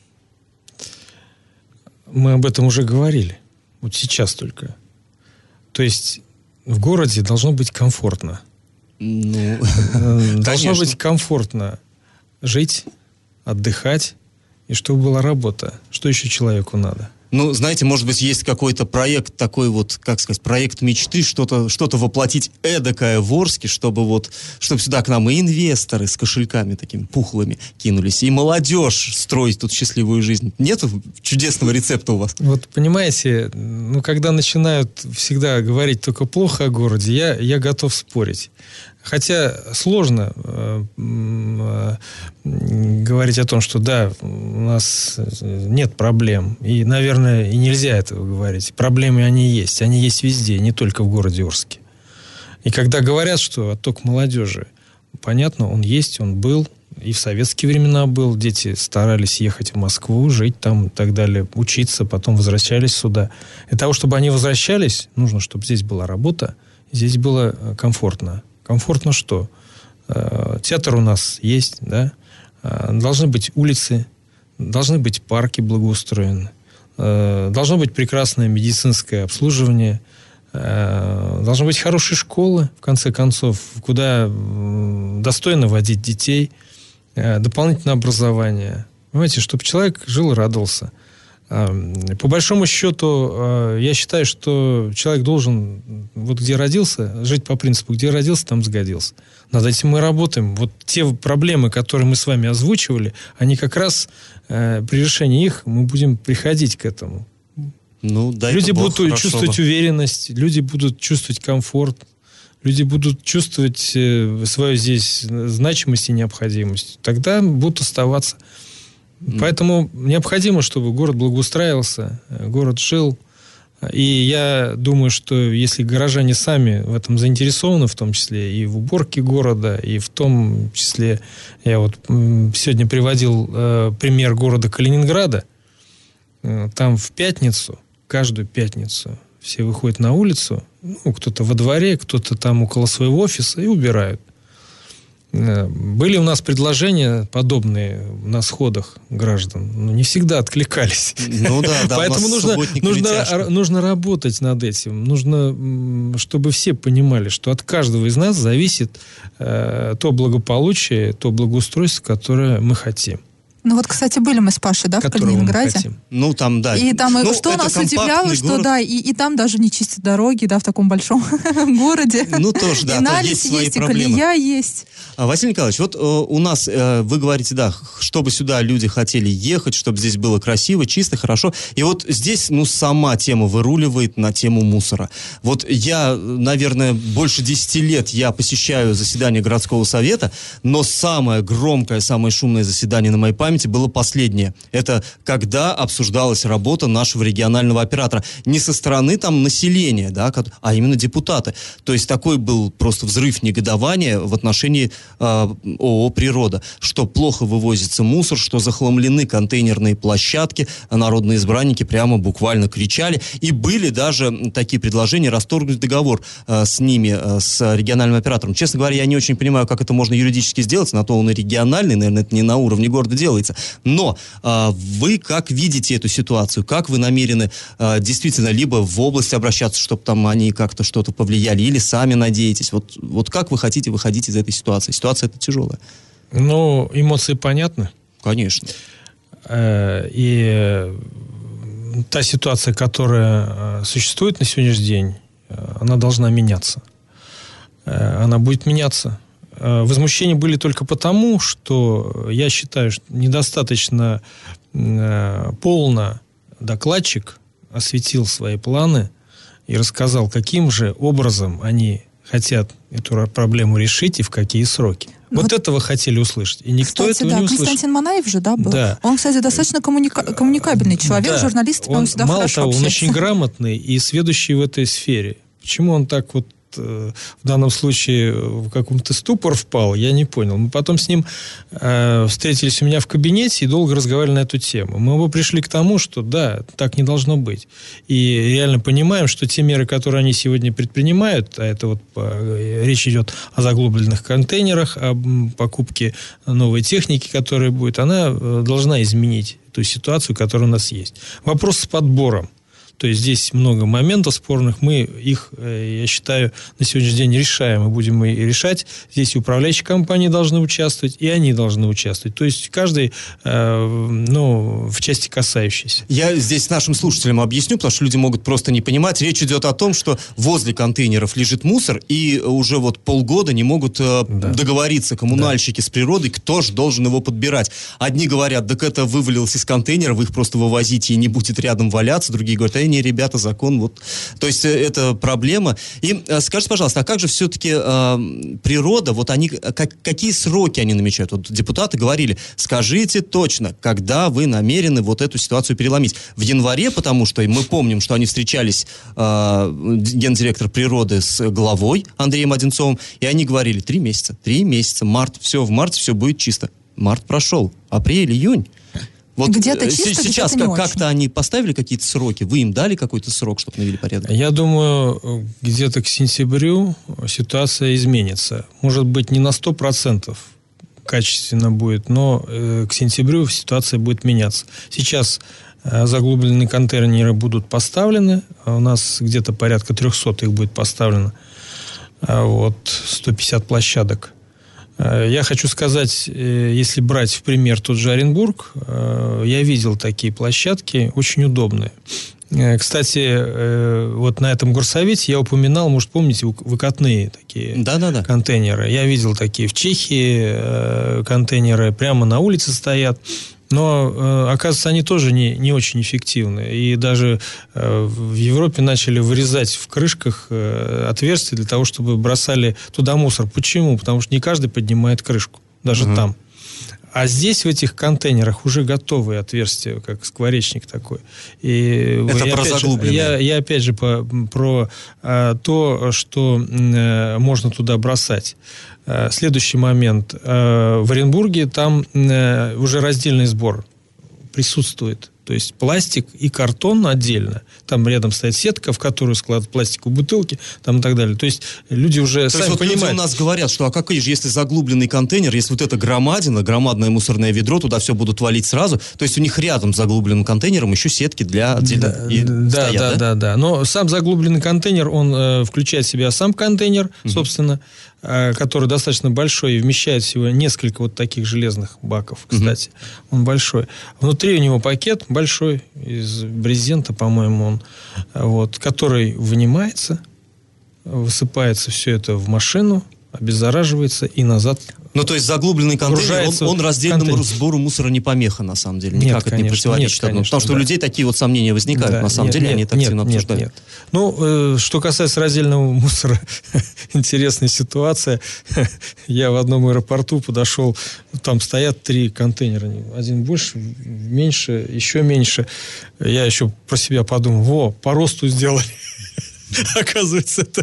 Мы об этом уже говорили. Вот сейчас только. То есть в городе должно быть комфортно. Ну, должно быть комфортно жить, отдыхать, и чтобы была работа. Что еще человеку надо? Ну, знаете, может быть, есть какой-то проект такой вот, как сказать, проект мечты, что-то, что-то воплотить эдакое в Орске, чтобы вот, чтобы сюда к нам и инвесторы с кошельками такими пухлыми кинулись, и молодежь строить тут счастливую жизнь. Нет чудесного рецепта у вас? Вот, понимаете, ну, когда начинают всегда говорить только плохо о городе, я, я готов спорить. Хотя сложно э, э, говорить о том, что да, у нас нет проблем. И, наверное, и нельзя этого говорить. Проблемы они есть. Они есть везде, не только в городе Орске. И когда говорят, что отток молодежи, понятно, он есть, он был. И в советские времена был. Дети старались ехать в Москву, жить там и так далее, учиться, потом возвращались сюда. Для того, чтобы они возвращались, нужно, чтобы здесь была работа, здесь было комфортно. Комфортно что? Театр у нас есть, да? Должны быть улицы, должны быть парки благоустроены, должно быть прекрасное медицинское обслуживание, должны быть хорошие школы, в конце концов, куда достойно водить детей, дополнительное образование. Понимаете, чтобы человек жил и радовался. По большому счету, я считаю, что человек должен, вот где родился, жить по принципу, где родился, там сгодился. Над этим мы работаем. Вот те проблемы, которые мы с вами озвучивали, они как раз э, при решении их мы будем приходить к этому. Ну, дай люди Бог, будут чувствовать бы. уверенность, люди будут чувствовать комфорт, люди будут чувствовать э, свою здесь значимость и необходимость. Тогда будут оставаться. Поэтому необходимо, чтобы город благоустраивался, город жил. И я думаю, что если горожане сами в этом заинтересованы, в том числе и в уборке города, и в том числе, я вот сегодня приводил э, пример города Калининграда, э, там в пятницу, каждую пятницу все выходят на улицу, ну, кто-то во дворе, кто-то там около своего офиса и убирают. Были у нас предложения подобные на сходах граждан, но не всегда откликались. Ну да, да. Поэтому нужно, нужно, нужно работать над этим. Нужно, чтобы все понимали, что от каждого из нас зависит э, то благополучие, то благоустройство, которое мы хотим. Ну вот, кстати, были мы с Пашей, да, в Калининграде. Ну, там, да. И там, ну, что нас удивляло, что, город. да, и, и там даже не чистят дороги, да, в таком большом городе. Ну, тоже, да, и налез есть, есть, и колея есть. Василий Николаевич, вот э, у нас, э, вы говорите, да, чтобы сюда люди хотели ехать, чтобы здесь было красиво, чисто, хорошо. И вот здесь, ну, сама тема выруливает на тему мусора. Вот я, наверное, больше десяти лет я посещаю заседания городского совета, но самое громкое, самое шумное заседание на моей памяти было последнее. Это когда обсуждалась работа нашего регионального оператора. Не со стороны там населения, да, а именно депутаты. То есть такой был просто взрыв негодования в отношении э, ООО «Природа», что плохо вывозится мусор, что захламлены контейнерные площадки. Народные избранники прямо буквально кричали. И были даже такие предложения расторгнуть договор э, с ними, э, с региональным оператором. Честно говоря, я не очень понимаю, как это можно юридически сделать. На то он и региональный, наверное, это не на уровне города делается. Но э, вы как видите эту ситуацию? Как вы намерены э, действительно либо в область обращаться, чтобы там они как-то что-то повлияли, или сами надеетесь? Вот, вот как вы хотите выходить из этой ситуации? Ситуация эта тяжелая. Ну, эмоции понятны. Конечно. Э, и та ситуация, которая существует на сегодняшний день, она должна меняться. Э, она будет меняться. Возмущения были только потому, что я считаю, что недостаточно э, полно докладчик осветил свои планы и рассказал, каким же образом они хотят эту проблему решить и в какие сроки. Вот, вот этого хотели услышать. И никто кстати, этого да, не услышал. Константин Манаев же, да, был? Да. Он, кстати, достаточно коммуника- коммуникабельный человек, да. журналист, по-моему, всегда мало хорошо того, общается. он очень грамотный и сведущий в этой сфере. Почему он так вот в данном случае в каком-то ступор впал, я не понял. Мы потом с ним э, встретились у меня в кабинете и долго разговаривали на эту тему. Мы оба пришли к тому, что да, так не должно быть. И реально понимаем, что те меры, которые они сегодня предпринимают, а это вот э, речь идет о заглубленных контейнерах, о покупке новой техники, которая будет, она э, должна изменить ту ситуацию, которая у нас есть. Вопрос с подбором. То есть здесь много моментов спорных. Мы их, я считаю, на сегодняшний день решаем и будем и решать. Здесь и управляющие компании должны участвовать, и они должны участвовать. То есть каждый, ну, в части касающейся. Я здесь нашим слушателям объясню, потому что люди могут просто не понимать. Речь идет о том, что возле контейнеров лежит мусор, и уже вот полгода не могут да. договориться коммунальщики да. с природой, кто же должен его подбирать. Одни говорят, так это вывалилось из контейнера, вы их просто вывозите и не будет рядом валяться. Другие говорят, а не, ребята, закон, вот. То есть это проблема. И э, скажите, пожалуйста, а как же все-таки э, природа, вот они, как, какие сроки они намечают? Вот депутаты говорили, скажите точно, когда вы намерены вот эту ситуацию переломить. В январе, потому что мы помним, что они встречались, э, гендиректор природы с главой Андреем Одинцовым, и они говорили, три месяца, три месяца, март, все, в марте все будет чисто. Март прошел, апрель, июнь. Вот где-то чисто, сейчас где-то как- как-то они поставили какие-то сроки? Вы им дали какой-то срок, чтобы навели порядок? Я думаю, где-то к сентябрю ситуация изменится. Может быть, не на сто процентов качественно будет, но э, к сентябрю ситуация будет меняться. Сейчас э, заглубленные контейнеры будут поставлены. У нас где-то порядка триста их будет поставлено. А вот сто пятьдесят площадок. Я хочу сказать, если брать в пример тот же Оренбург, я видел такие площадки, очень удобные. Кстати, вот на этом горсовете я упоминал, может, помните, выкатные такие Да-да-да. контейнеры. Я видел такие в Чехии контейнеры, прямо на улице стоят. Но, оказывается, они тоже не, не очень эффективны. И даже в Европе начали вырезать в крышках отверстия для того, чтобы бросали туда мусор. Почему? Потому что не каждый поднимает крышку, даже угу. там. А здесь, в этих контейнерах, уже готовые отверстия, как скворечник такой. И это и про заглубленные. Я, я опять же по, про а, то, что а, можно туда бросать. А, следующий момент. А, в Оренбурге там а, уже раздельный сбор присутствует. То есть пластик и картон отдельно. Там рядом стоит сетка, в которую складывают пластиковые бутылки, там и так далее. То есть люди уже То сами есть вот понимают. люди у нас говорят, что а какой же, если заглубленный контейнер, если вот это громадина, громадное мусорное ведро, туда все будут валить сразу, то есть у них рядом с заглубленным контейнером еще сетки для отдельно Да, и да, стоят, да, да? да, да. Но сам заглубленный контейнер, он э, включает в себя сам контейнер, угу. собственно, э, который достаточно большой и вмещает всего несколько вот таких железных баков, кстати. Угу. Он большой. Внутри у него пакет большой, из брезента, по-моему, он, вот, который вынимается, высыпается все это в машину, обеззараживается и назад. Ну, то есть заглубленный контейнер, он, он раздельному контейнер. сбору мусора не помеха, на самом деле. Никак Нет, это конечно, не противоречит нет, одному. конечно, Потому что да. у людей такие вот сомнения возникают. Да, на самом нет, деле нет, они так нет, сильно нет, обсуждают. Нет. Ну, э, что касается раздельного мусора, интересная ситуация. Я в одном аэропорту подошел, там стоят три контейнера. Один больше, меньше, еще меньше. Я еще про себя подумал, во, по росту сделали. Оказывается, это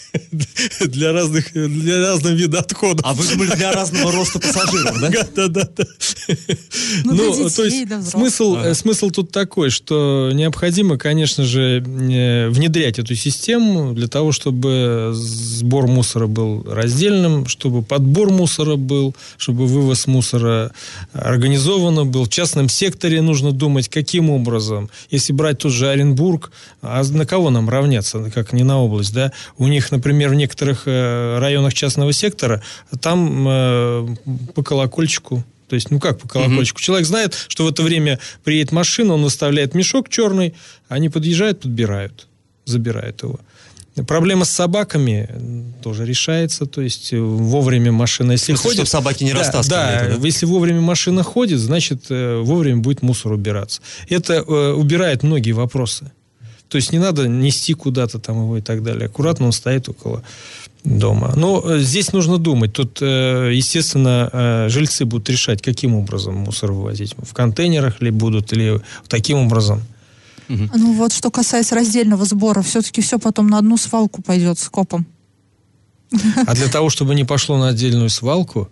для разных, для разных видов отходов. А вы думали, для разного роста пассажиров, да? Да, да, да. Ну, для Ну, детей, то есть, для взрослых. смысл, Ага. смысл тут такой, что необходимо, конечно же, э, внедрять эту систему для того, чтобы сбор мусора был раздельным, чтобы подбор мусора был, чтобы вывоз мусора организованно был. В частном секторе нужно думать, каким образом. Если брать тот же Оренбург, а на кого нам равняться, как не на область, да? У них, например, в некоторых э, районах частного сектора там э, по колокольчику. То есть, ну как по колокольчику? Mm-hmm. Человек знает, что в это время приедет машина, он выставляет мешок черный, они подъезжают, подбирают, забирают его. Проблема с собаками тоже решается, то есть вовремя машина, если смысле, ходит... чтобы собаки не да, растаскивали да, это, да? если вовремя машина ходит, значит, вовремя будет мусор убираться. Это э, убирает многие вопросы. То есть не надо нести куда-то там его и так далее. Аккуратно он стоит около дома. Но здесь нужно думать. Тут, естественно, жильцы будут решать, каким образом мусор вывозить. В контейнерах ли будут, или таким образом. Ну вот, что касается раздельного сбора, все-таки все потом на одну свалку пойдет с копом. А для того, чтобы не пошло на отдельную свалку,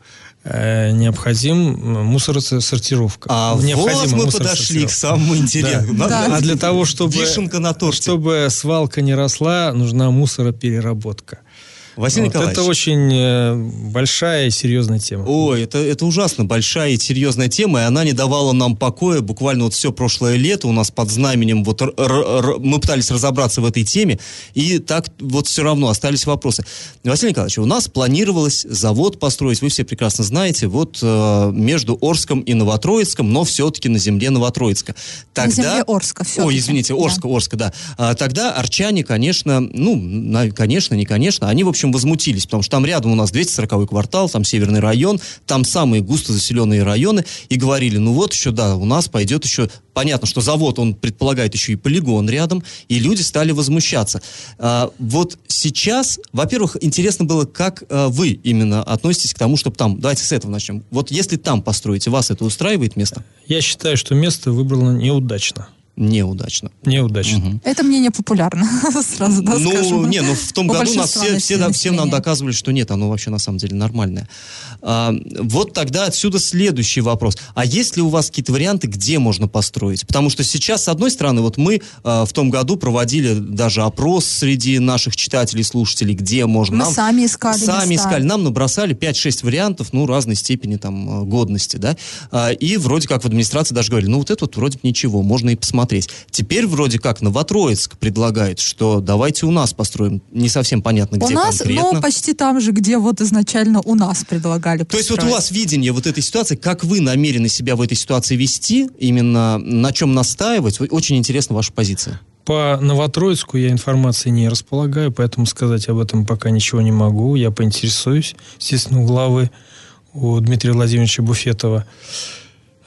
необходим мусоросортировка. А вот мы подошли к самому интересному. Да. Да. А для того, чтобы, вишенка на торте. чтобы свалка не росла, нужна мусоропереработка. Василий Вот Николаевич. это очень э, большая и серьезная тема. Ой, это, это ужасно большая и серьезная тема, и она не давала нам покоя буквально вот все прошлое лето у нас под знаменем, вот р- р- р- мы пытались разобраться в этой теме, и так вот все равно остались вопросы. Василий Николаевич, у нас планировалось завод построить, вы все прекрасно знаете, вот э, между Орском и Новотроицком, но все-таки на земле Новотроицка. Тогда... На земле Орска все-таки. Ой, извините, Орска, да. Орска, да. А, тогда арчане, конечно, ну, на, конечно, не конечно, они, в общем, возмутились, потому что там рядом у нас двести сороковой квартал, там Северный район, там самые густо заселенные районы, и говорили, ну вот еще, да, у нас пойдет еще, понятно, что завод, он предполагает еще и полигон рядом, и люди стали возмущаться. А, вот сейчас, во-первых, интересно было, как а, вы именно относитесь к тому, чтобы там, давайте с этого начнем, вот если там построите, вас это устраивает место? Я считаю, что место выбрано неудачно. Неудачно. Неудачно. Угу. Это мнение популярно, сразу, да, ну, скажем. не, ну в том У году нас большинства все, все, да, населения. всем нам доказывали, что нет, оно вообще на самом деле нормальное. А, вот тогда отсюда следующий вопрос. А есть ли у вас какие-то варианты, где можно построить? Потому что сейчас, с одной стороны, вот мы а, в том году проводили даже опрос среди наших читателей, слушателей, где можно. Мы нам, сами искали Сами места. искали. Нам набросали пять-шесть вариантов, ну, разной степени там годности, да. А, и вроде как в администрации даже говорили, ну, вот это вот вроде бы ничего, можно и посмотреть. Теперь вроде как Новотроицк предлагает, что давайте у нас построим. Не совсем понятно, где у нас, конкретно. но почти там же, где вот изначально у нас предлагали построить. То есть вот у вас видение вот этой ситуации, как вы намерены себя в этой ситуации вести, именно на чем настаивать, очень интересна ваша позиция. По Новотроицку я информации не располагаю, поэтому сказать об этом пока ничего не могу. Я поинтересуюсь, естественно, у главы, у Дмитрия Владимировича Буфетова.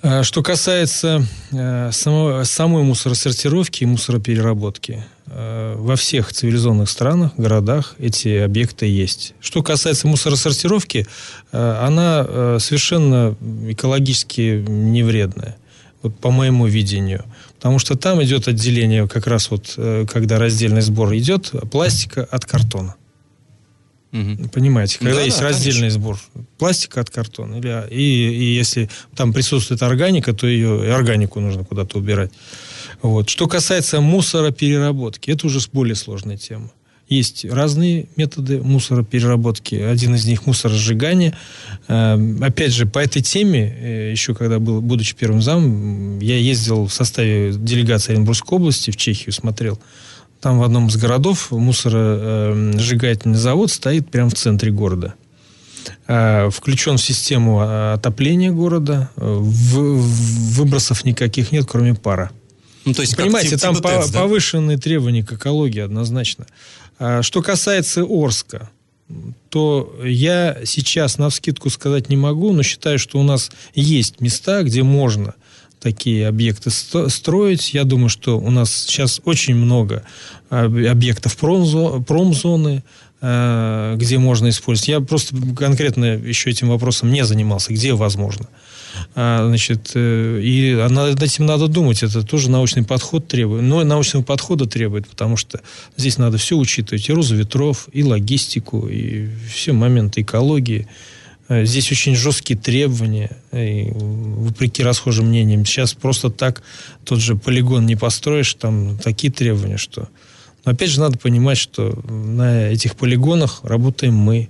Что касается самой, самой мусоросортировки и мусоропереработки, во всех цивилизованных странах, городах эти объекты есть. Что касается мусоросортировки, она совершенно экологически не вредная, вот по моему видению. Потому что там идет отделение, как раз вот, когда раздельный сбор идет, пластика от картона. Угу. Понимаете, когда да, есть да, раздельный конечно. Сбор пластика от картона, или, и, и если там присутствует органика, то ее и органику нужно куда-то убирать. Вот. Что касается мусоропереработки, это уже более сложная тема. Есть разные методы мусоропереработки. Один из них мусоросжигание. Опять же, по этой теме, еще когда был, будучи первым замом, я ездил в составе делегации Оренбургской области в Чехию, смотрел. Там в одном из городов мусоросжигательный завод стоит прямо в центре города. Включен в систему отопления города. Выбросов никаких нет, кроме пара. Ну, то есть, понимаете, там типа ТЭЦ, да? Повышенные требования к экологии однозначно. Что касается Орска, то я сейчас навскидку сказать не могу, но считаю, что у нас есть места, где можно такие объекты строить. Я думаю, что у нас сейчас очень много объектов промзоны, где можно использовать. Я просто конкретно еще этим вопросом не занимался, где возможно. Значит, и над этим надо думать. Это тоже научный подход требует. Но научного подхода требует, потому что здесь надо все учитывать. И розу ветров, и логистику, и все моменты экологии. Здесь очень жесткие требования, и, вопреки расхожим мнениям. Сейчас просто так тот же полигон не построишь, там такие требования, что... Но опять же надо понимать, что на этих полигонах работаем мы.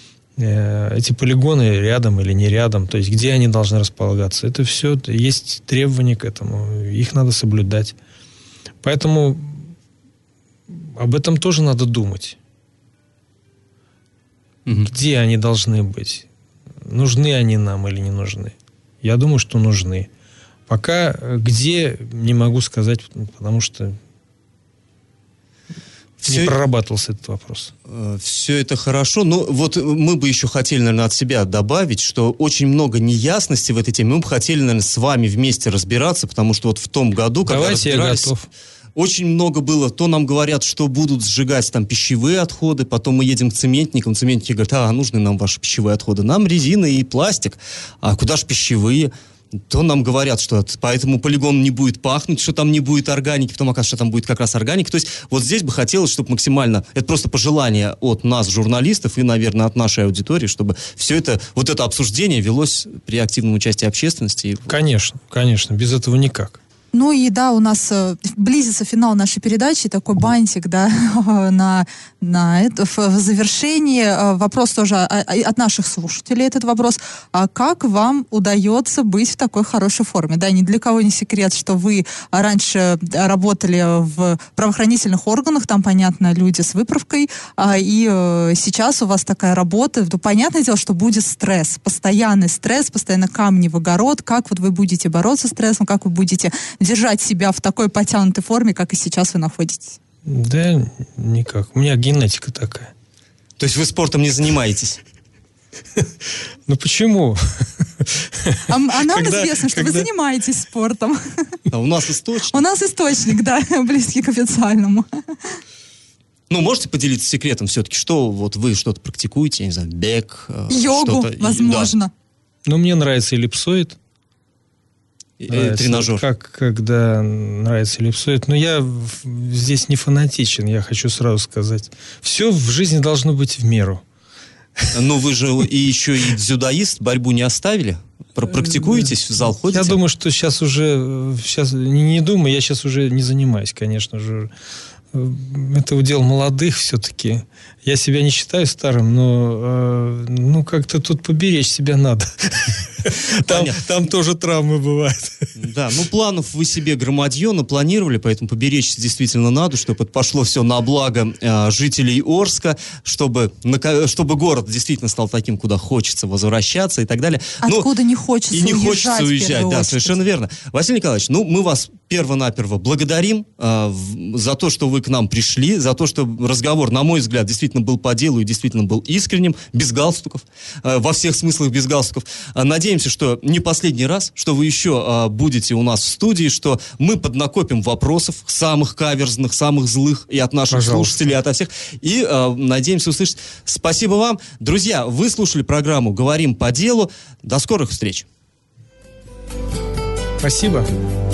Эти полигоны рядом или не рядом, то есть где они должны располагаться. Это все, есть требования к этому, их надо соблюдать. Поэтому об этом тоже надо думать. Угу. Где они должны быть? Нужны они нам или не нужны? Я думаю, что нужны. Пока где, не могу сказать, потому что все не прорабатывался этот вопрос. Все это хорошо. Но вот мы бы еще хотели, наверное, от себя добавить, что очень много неясностей в этой теме. Мы бы хотели, наверное, с вами вместе разбираться, потому что вот в том году, когда Давайте, разбирались... я готов. Очень много было, то нам говорят, что будут сжигать там пищевые отходы, потом мы едем к цементникам, цементники говорят, а, нужны нам ваши пищевые отходы, нам резина и пластик, а куда же пищевые? То нам говорят, что по этому полигону не будет пахнуть, что там не будет органики, потом оказывается, что там будет как раз органика. То есть вот здесь бы хотелось, чтобы максимально, это просто пожелание от нас, журналистов, и, наверное, от нашей аудитории, чтобы все это, вот это обсуждение велось при активном участии общественности. Конечно, конечно, без этого никак. Ну и да, у нас э, близится финал нашей передачи, такой бантик, да, на, на это, в, в завершении. Э, вопрос тоже а, а, от наших слушателей, этот вопрос. А как вам удается быть в такой хорошей форме? Да, ни для кого не секрет, что вы раньше работали в правоохранительных органах, там, понятно, люди с выправкой, а, и э, сейчас у вас такая работа. Ну, понятное дело, что будет стресс, постоянный стресс, постоянно камни в огород. Как вот вы будете бороться с стрессом, как вы будете держать себя в такой потянутой форме, как и сейчас вы находитесь? Да, никак. У меня генетика такая. То есть вы спортом не занимаетесь? Ну почему? А, а нам когда, известно, что когда... вы занимаетесь спортом. А у нас источник. У нас источник, да, близкий к официальному. Ну, можете поделиться секретом все-таки, что вот вы что-то практикуете, я не знаю, бег? Йогу, что-то... возможно. Да. Ну, мне нравится эллипсоид. Нравится, тренажер. Как, когда нравится эллипсоид. Но я здесь не фанатичен, я хочу сразу сказать. Все в жизни должно быть в меру. Ну, вы же и еще и дзюдоист, борьбу не оставили? Практикуетесь, в зал ходите? Я думаю, что сейчас уже, сейчас не, не думаю, я сейчас уже не занимаюсь, конечно же. Это удел молодых все-таки. Я себя не считаю старым, но э, ну как-то тут поберечь себя надо. Там, там тоже травмы бывают. Да, ну планов вы себе громадье напланировали, поэтому поберечься действительно надо, чтобы это пошло все на благо э, жителей Орска, чтобы, на, чтобы город действительно стал таким, куда хочется возвращаться и так далее. Откуда ну, не хочется уезжать. И не уезжать, хочется уезжать, да, совершенно верно. Василий Николаевич, ну мы вас перво-наперво благодарим э, в, за то, что вы к нам пришли, за то, что разговор, на мой взгляд, действительно был по делу и действительно был искренним, без галстуков, э, во всех смыслах без галстуков. Надеемся, надеемся, что не последний раз, что вы еще а, будете у нас в студии, что мы поднакопим вопросов самых каверзных, самых злых и от наших Пожалуйста. слушателей, и от всех. И а, надеемся услышать. Спасибо вам. Друзья, вы слушали программу «Говорим по делу». До скорых встреч. Спасибо.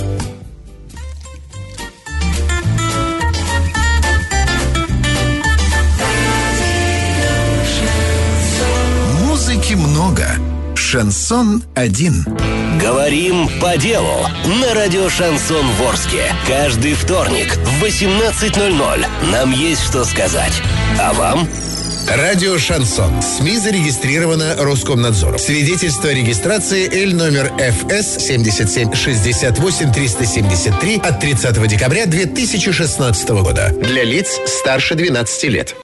Музыки много. Шансон один. Говорим по делу на радио «Шансон Ворске». Каждый вторник в восемнадцать ноль ноль. Нам есть что сказать. А вам? Радио «Шансон». СМИ зарегистрировано Роскомнадзором. Свидетельство о регистрации Л номер Ф С семьдесят семь шестьдесят восемь триста семьдесят три от тридцатого декабря две тысячи шестнадцатого года. Для лиц старше двенадцати лет.